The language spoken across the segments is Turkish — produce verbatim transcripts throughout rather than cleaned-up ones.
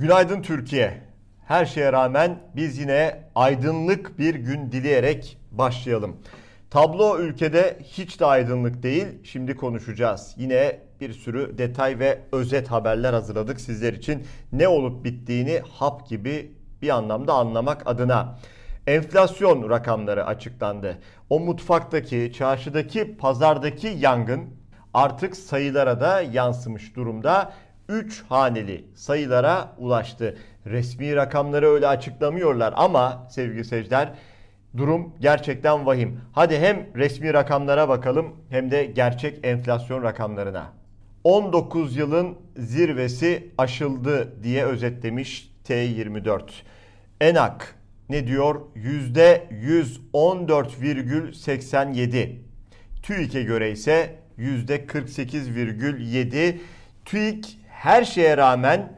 Günaydın Türkiye. Her şeye rağmen biz yine aydınlık bir gün dileyerek başlayalım. Tablo ülkede hiç de aydınlık değil. Şimdi konuşacağız. Yine bir sürü detay ve özet haberler hazırladık sizler için. Ne olup bittiğini hap gibi bir anlamda anlamak adına. Enflasyon rakamları açıklandı. O mutfaktaki, çarşıdaki, pazardaki yangın artık sayılara da yansımış durumda. üç haneli sayılara ulaştı. Resmi rakamları öyle açıklamıyorlar ama sevgili seyirciler, durum gerçekten vahim. Hadi hem resmi rakamlara bakalım hem de gerçek enflasyon rakamlarına. on dokuz yılın zirvesi aşıldı diye özetlemiş T yirmi dört. ENAK ne diyor? yüzde yüz on dört virgül seksen yedi. TÜİK'e göre ise yüzde kırk sekiz virgül yedi. TÜİK her şeye rağmen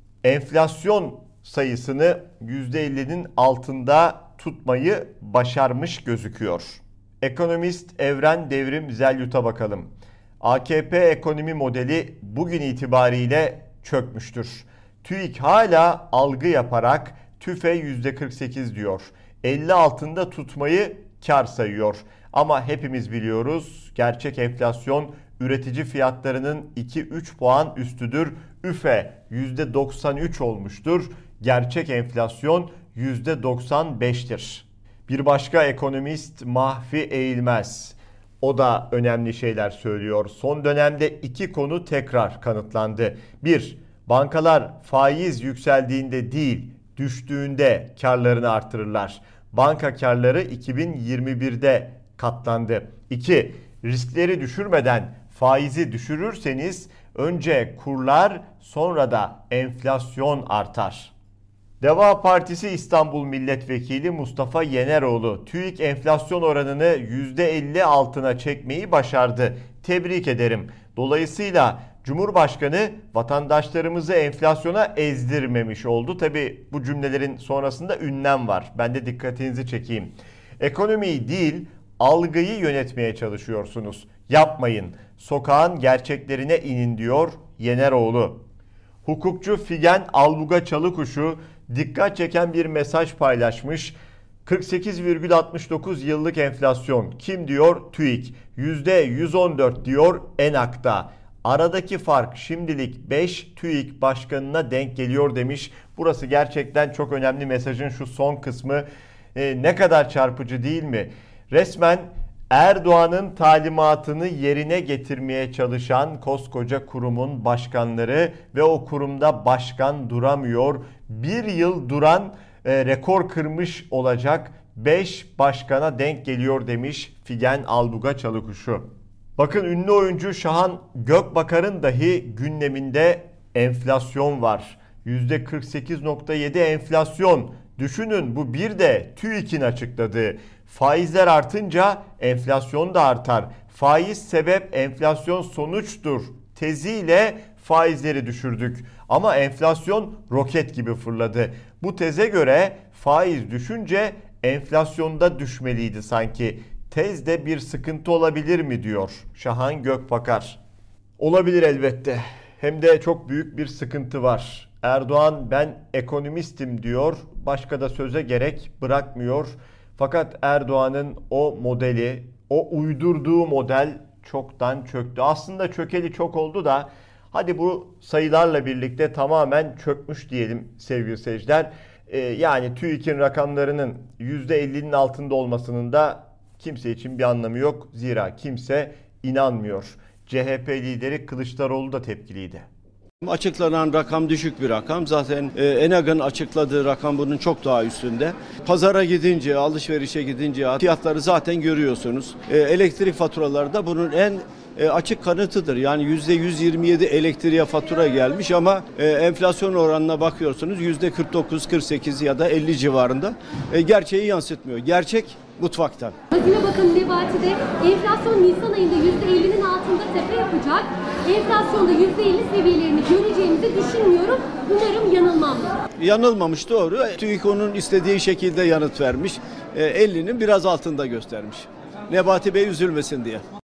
enflasyon sayısını yüzde ellinin altında tutmayı başarmış gözüküyor. Ekonomist Evren Devrim Zelyut'a bakalım. A K P ekonomi modeli bugün itibariyle çökmüştür. TÜİK hala algı yaparak TÜFE yüzde kırk sekiz diyor. elli altında tutmayı kar sayıyor. Ama hepimiz biliyoruz, gerçek enflasyon üretici fiyatlarının iki üç puan üstüdür. ÜFE yüzde doksan üç olmuştur. Gerçek enflasyon yüzde doksan beştir. Bir başka ekonomist Mahfi Eğilmez. O da önemli şeyler söylüyor. Son dönemde iki konu tekrar kanıtlandı. Bir, bankalar faiz yükseldiğinde değil, düştüğünde karlarını artırırlar. Banka karları iki bin yirmi birde katlandı. İki, riskleri düşürmeden faizi düşürürseniz önce kurlar, sonra da enflasyon artar. Deva Partisi İstanbul Milletvekili Mustafa Yeneroğlu, TÜİK enflasyon oranını yüzde elli altına çekmeyi başardı. Tebrik ederim. Dolayısıyla Cumhurbaşkanı vatandaşlarımızı enflasyona ezdirmemiş oldu. Tabi bu cümlelerin sonrasında ünlem var. Ben de dikkatinizi çekeyim. Ekonomiyi değil, algıyı yönetmeye çalışıyorsunuz. Yapmayın. Sokağın gerçeklerine inin diyor Yeneroğlu. Hukukçu Figen Albuga Çalıkuşu dikkat çeken bir mesaj paylaşmış. kırk sekiz virgül altmış dokuz yıllık enflasyon. Kim diyor? TÜİK. yüzde yüz on dört diyor ENAK'ta. Aradaki fark şimdilik beş, TÜİK başkanına denk geliyor demiş. Burası gerçekten çok önemli, mesajın şu son kısmı. Ee, ne kadar çarpıcı değil mi? Resmen Erdoğan'ın talimatını yerine getirmeye çalışan koskoca kurumun başkanları ve o kurumda başkan duramıyor. Bir yıl duran e, rekor kırmış olacak. beş başkana denk geliyor demiş Figen Albuga Çalıkuşu. Bakın, ünlü oyuncu Şahan Gökbakar'ın dahi gündeminde enflasyon var. yüzde kırk sekiz virgül yedi enflasyon. Düşünün, bu bir de TÜİK'in açıkladığı. Faizler artınca enflasyon da artar. Faiz sebep, enflasyon sonuçtur teziyle faizleri düşürdük. Ama enflasyon roket gibi fırladı. Bu teze göre faiz düşünce enflasyonda düşmeliydi sanki. Tezde bir sıkıntı olabilir mi diyor Şahan Gökbakar. Olabilir elbette. Hem de çok büyük bir sıkıntı var. Erdoğan ben ekonomistim diyor. Başka da söze gerek bırakmıyor. Fakat Erdoğan'ın o modeli, o uydurduğu model çoktan çöktü. Aslında çökeli çok oldu da hadi bu sayılarla birlikte tamamen çökmüş diyelim sevgili seyirciler. Ee, yani TÜİK'in rakamlarının yüzde ellinin altında olmasının da kimse için bir anlamı yok. Zira kimse inanmıyor. C H P lideri Kılıçdaroğlu da tepkiliydi. Açıklanan rakam düşük bir rakam. Zaten e, ENAG'ın açıkladığı rakam bunun çok daha üstünde. Pazara gidince, alışverişe gidince fiyatları zaten görüyorsunuz. E, elektrik faturaları da bunun en e, açık kanıtıdır. Yani yüzde yüz yirmi yedi elektriğe fatura gelmiş ama e, enflasyon oranına bakıyorsunuz yüzde kırk dokuz kırk sekiz ya da elli civarında. E, gerçeği yansıtmıyor. Gerçek mutfaktan. Hazine Bakanı Nebati'de enflasyon Nisan ayında yüzde ellinin altında tepe yapacak. Enflasyonda yüzde elli seviyelerini göreceğimizi düşünmüyorum. Umarım yanılmam. Yanılmamış, doğru. TÜİK onun istediği şekilde yanıt vermiş. ellinin biraz altında göstermiş. Nebati Bey üzülmesin diye.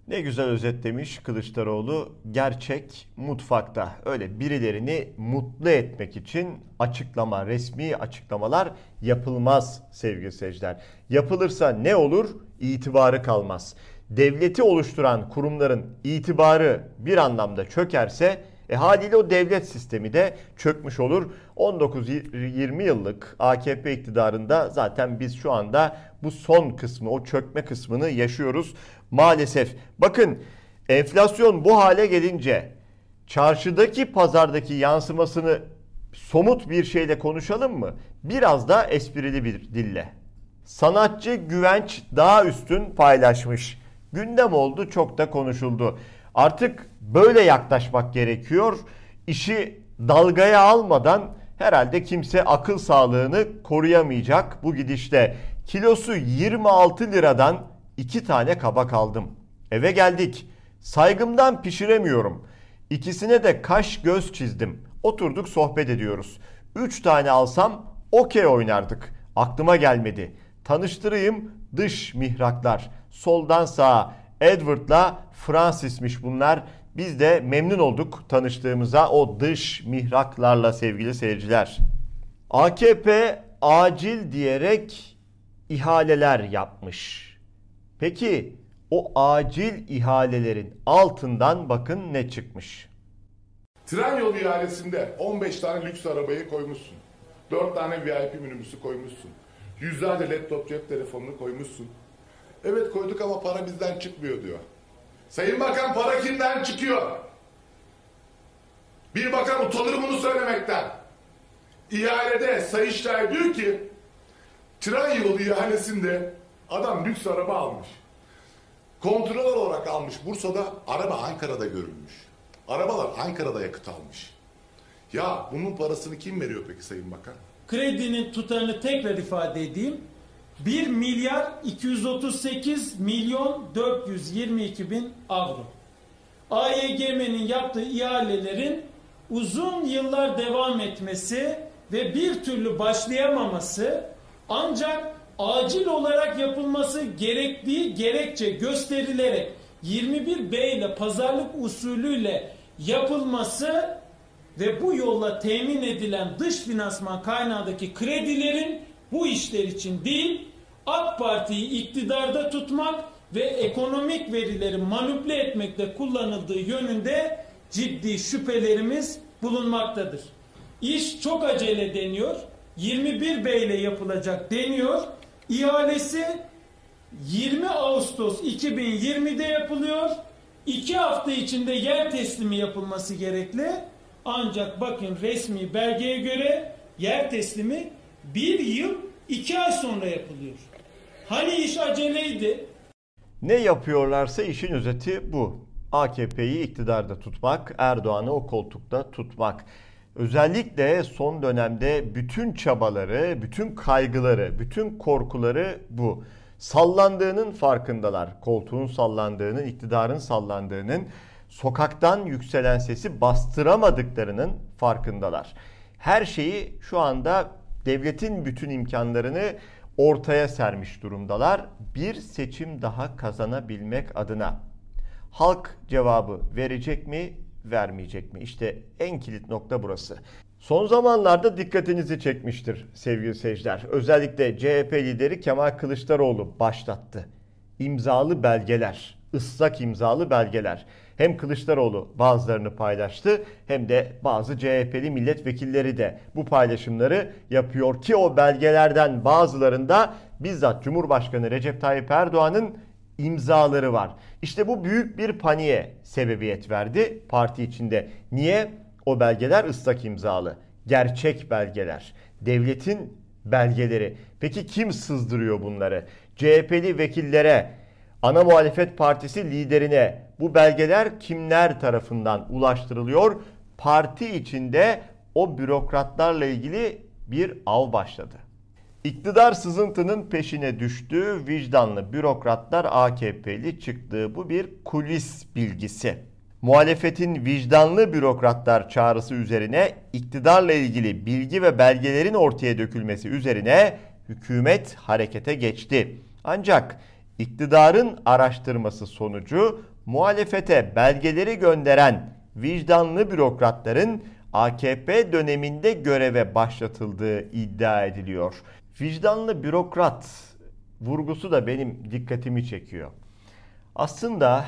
Ne güzel özetlemiş Kılıçdaroğlu. Gerçek mutfakta. Öyle birilerini mutlu etmek için açıklama, resmi açıklamalar yapılmaz sevgili seyirciler. Yapılırsa ne olur? İtibarı kalmaz. Devleti oluşturan kurumların itibarı bir anlamda çökerse e haliyle o devlet sistemi de çökmüş olur. on dokuz yirmi yıllık A K P iktidarında zaten biz şu anda bu son kısmı, o çökme kısmını yaşıyoruz maalesef. Bakın, enflasyon bu hale gelince çarşıdaki, pazardaki yansımasını somut bir şeyle konuşalım mı? Biraz da esprili bir dille. Sanatçı Güvenç Dağüstün paylaşmış. Gündem oldu, çok da konuşuldu. Artık böyle yaklaşmak gerekiyor. İşi dalgaya almadan herhalde kimse akıl sağlığını koruyamayacak bu gidişte. Kilosu yirmi altı liradan iki tane kabak aldım. Eve geldik. Saygımdan pişiremiyorum. İkisine de kaş göz çizdim. Oturduk sohbet ediyoruz. üç tane alsam okey oynardık. Aklıma gelmedi. Tanıştırayım, dış mihraklar. Soldan sağa Edward'la Francis'miş bunlar. Biz de memnun olduk tanıştığımıza o dış mihraklarla sevgili seyirciler. A K P acil diyerek ihaleler yapmış. Peki o acil ihalelerin altından bakın ne çıkmış. Tren yolu ihalesinde on beş tane lüks arabayı koymuşsun. dört tane V I P minibüsü koymuşsun. Yüzlerce laptop cep telefonunu koymuşsun. Evet koyduk ama para bizden çıkmıyor diyor. Sayın Bakan, para kimden çıkıyor? Bir bakan utanır bunu söylemekten. İhalede Sayıştay diyor ki tren yolu ihalesinde adam lüks araba almış. Kontrol olarak almış Bursa'da, araba Ankara'da görülmüş. Arabalar Ankara'da yakıt almış. Ya bunun parasını kim veriyor peki Sayın Bakan? Kredinin tutarını tekrar ifade edeyim. bir milyar iki yüz otuz sekiz milyon dört yüz yirmi iki bin avro. A Y G M'nin yaptığı ihalelerin uzun yıllar devam etmesi ve bir türlü başlayamaması, ancak acil olarak yapılması gerektiği gerekçe gösterilerek yirmi bir B ile pazarlık usulüyle yapılması ve bu yolla temin edilen dış finansman kaynağındaki kredilerin bu işler için değil, AK Parti'yi iktidarda tutmak ve ekonomik verileri manipüle etmekte kullanıldığı yönünde ciddi şüphelerimiz bulunmaktadır. İş çok acele deniyor, yirmi bir B ile yapılacak deniyor, ihalesi yirmi Ağustos iki bin yirmi'de yapılıyor, iki hafta içinde yer teslimi yapılması gerekli, ancak bakın resmi belgeye göre yer teslimi bir yıl iki ay sonra yapılıyor. Hani iş aceleydi? Ne yapıyorlarsa işin özeti bu. A K P'yi iktidarda tutmak, Erdoğan'ı o koltukta tutmak. Özellikle son dönemde bütün çabaları, bütün kaygıları, bütün korkuları bu. Sallandığının farkındalar. Koltuğun sallandığının, iktidarın sallandığının, sokaktan yükselen sesi bastıramadıklarının farkındalar. Her şeyi şu anda devletin bütün imkanlarını ortaya sermiş durumdalar. Bir seçim daha kazanabilmek adına. Halk cevabı verecek mi, vermeyecek mi? İşte en kilit nokta burası. Son zamanlarda dikkatinizi çekmiştir sevgili seyirciler. Özellikle C H P lideri Kemal Kılıçdaroğlu başlattı. İmzalı belgeler, ıslak imzalı belgeler. Hem Kılıçdaroğlu bazılarını paylaştı hem de bazı C H P'li milletvekilleri de bu paylaşımları yapıyor ki o belgelerden bazılarında bizzat Cumhurbaşkanı Recep Tayyip Erdoğan'ın imzaları var. İşte bu büyük bir paniğe sebebiyet verdi parti içinde. Niye? O belgeler ıslak imzalı. Gerçek belgeler. Devletin belgeleri. Peki kim sızdırıyor bunları? C H P'li vekillere, ana muhalefet partisi liderine bu belgeler kimler tarafından ulaştırılıyor? Parti içinde o bürokratlarla ilgili bir av başladı. İktidar sızıntının peşine düştü, vicdanlı bürokratlar A K P'li çıktığı bu bir kulis bilgisi. Muhalefetin vicdanlı bürokratlar çağrısı üzerine iktidarla ilgili bilgi ve belgelerin ortaya dökülmesi üzerine hükümet harekete geçti. Ancak iktidarın araştırması sonucu muhalefete belgeleri gönderen vicdanlı bürokratların A K P döneminde göreve başlatıldığı iddia ediliyor. Vicdanlı bürokrat vurgusu da benim dikkatimi çekiyor. Aslında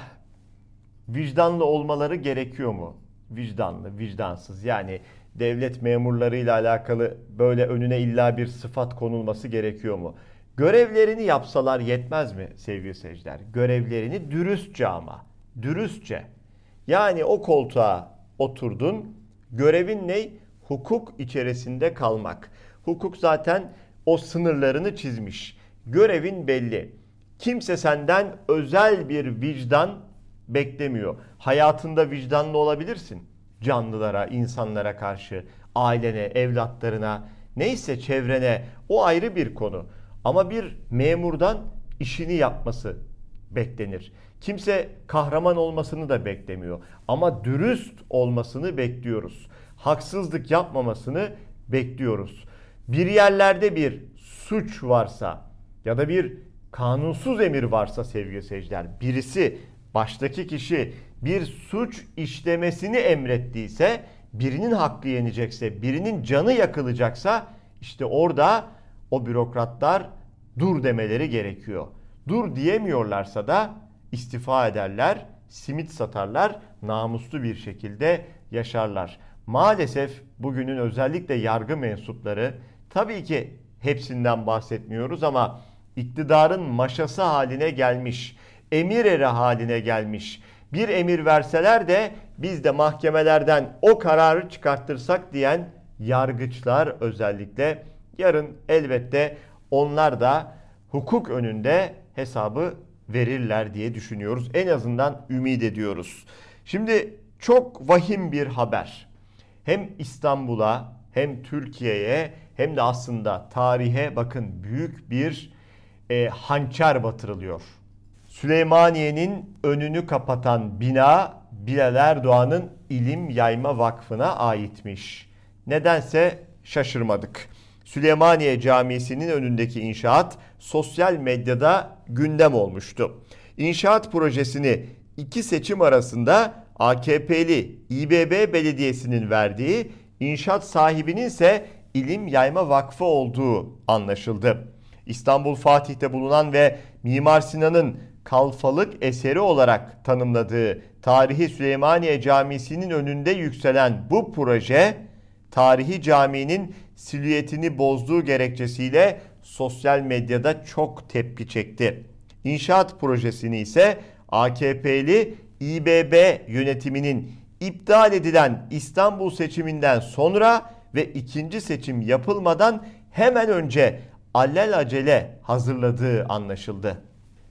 vicdanlı olmaları gerekiyor mu? Vicdanlı, vicdansız. Yani devlet memurlarıyla alakalı böyle önüne illa bir sıfat konulması gerekiyor mu? Görevlerini yapsalar yetmez mi sevgili seyirciler? Görevlerini dürüstçe ama. Dürüstçe. Yani o koltuğa oturdun. Görevin ne? Hukuk içerisinde kalmak. Hukuk zaten o sınırlarını çizmiş. Görevin belli. Kimse senden özel bir vicdan beklemiyor. Hayatında vicdanlı olabilirsin. Canlılara, insanlara karşı, ailene, evlatlarına, neyse çevrene, o ayrı bir konu. Ama bir memurdan işini yapması beklenir. Kimse kahraman olmasını da beklemiyor. Ama dürüst olmasını bekliyoruz. Haksızlık yapmamasını bekliyoruz. Bir yerlerde bir suç varsa ya da bir kanunsuz emir varsa sevgili seyirciler, birisi, baştaki kişi bir suç işlemesini emrettiyse, birinin hakkı yenecekse, birinin canı yakılacaksa, işte orada o bürokratlar dur demeleri gerekiyor. Dur diyemiyorlarsa da istifa ederler, simit satarlar, namuslu bir şekilde yaşarlar. Maalesef bugünün özellikle yargı mensupları, tabii ki hepsinden bahsetmiyoruz ama iktidarın maşası haline gelmiş, emir eri haline gelmiş. Bir emir verseler de biz de mahkemelerden o kararı çıkartırsak diyen yargıçlar özellikle yarın elbette onlar da hukuk önünde hesabı verirler diye düşünüyoruz. En azından ümit ediyoruz. Şimdi çok vahim bir haber. Hem İstanbul'a hem Türkiye'ye hem de aslında tarihe bakın büyük bir e, hançer batırılıyor. Süleymaniye'nin önünü kapatan bina Bilal Erdoğan'ın İlim Yayma Vakfı'na aitmiş. Nedense şaşırmadık. Süleymaniye Camisi'nin önündeki inşaat sosyal medyada gündem olmuştu. İnşaat projesini iki seçim arasında A K P'li İ B B Belediyesi'nin verdiği, inşaat sahibinin ise İlim Yayma Vakfı olduğu anlaşıldı. İstanbul Fatih'te bulunan ve Mimar Sinan'ın kalfalık eseri olarak tanımladığı tarihi Süleymaniye Camisi'nin önünde yükselen bu proje, tarihi caminin silüetini bozduğu gerekçesiyle sosyal medyada çok tepki çekti. İnşaat projesini ise A K P'li İ B B yönetiminin iptal edilen İstanbul seçiminden sonra ve ikinci seçim yapılmadan hemen önce alelacele hazırladığı anlaşıldı.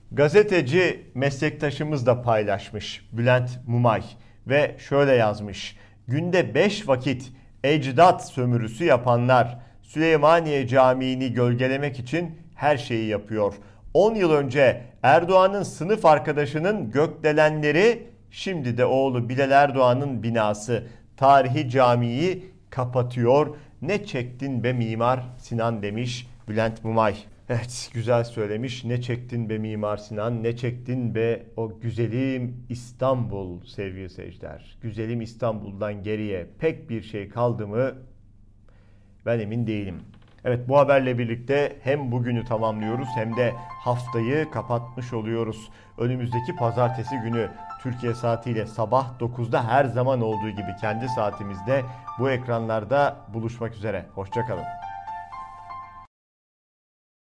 Gazeteci meslektaşımız da paylaşmış, Bülent Mumay, ve şöyle yazmış: günde beş vakit ecdat sömürüsü yapanlar Süleymaniye Camii'ni gölgelemek için her şeyi yapıyor. on yıl önce Erdoğan'ın sınıf arkadaşının gökdelenleri, şimdi de oğlu Bilal Erdoğan'ın binası tarihi camiyi kapatıyor. Ne çektin be Mimar Sinan demiş Bülent Mumay. Evet, güzel söylemiş. Ne çektin be Mimar Sinan, ne çektin be o güzelim İstanbul sevgili seyirciler. Güzelim İstanbul'dan geriye pek bir şey kaldı mı ben emin değilim. Evet, bu haberle birlikte hem bugünü tamamlıyoruz hem de haftayı kapatmış oluyoruz. Önümüzdeki pazartesi günü Türkiye saatiyle sabah dokuzda her zaman olduğu gibi kendi saatimizde bu ekranlarda buluşmak üzere. Hoşça kalın.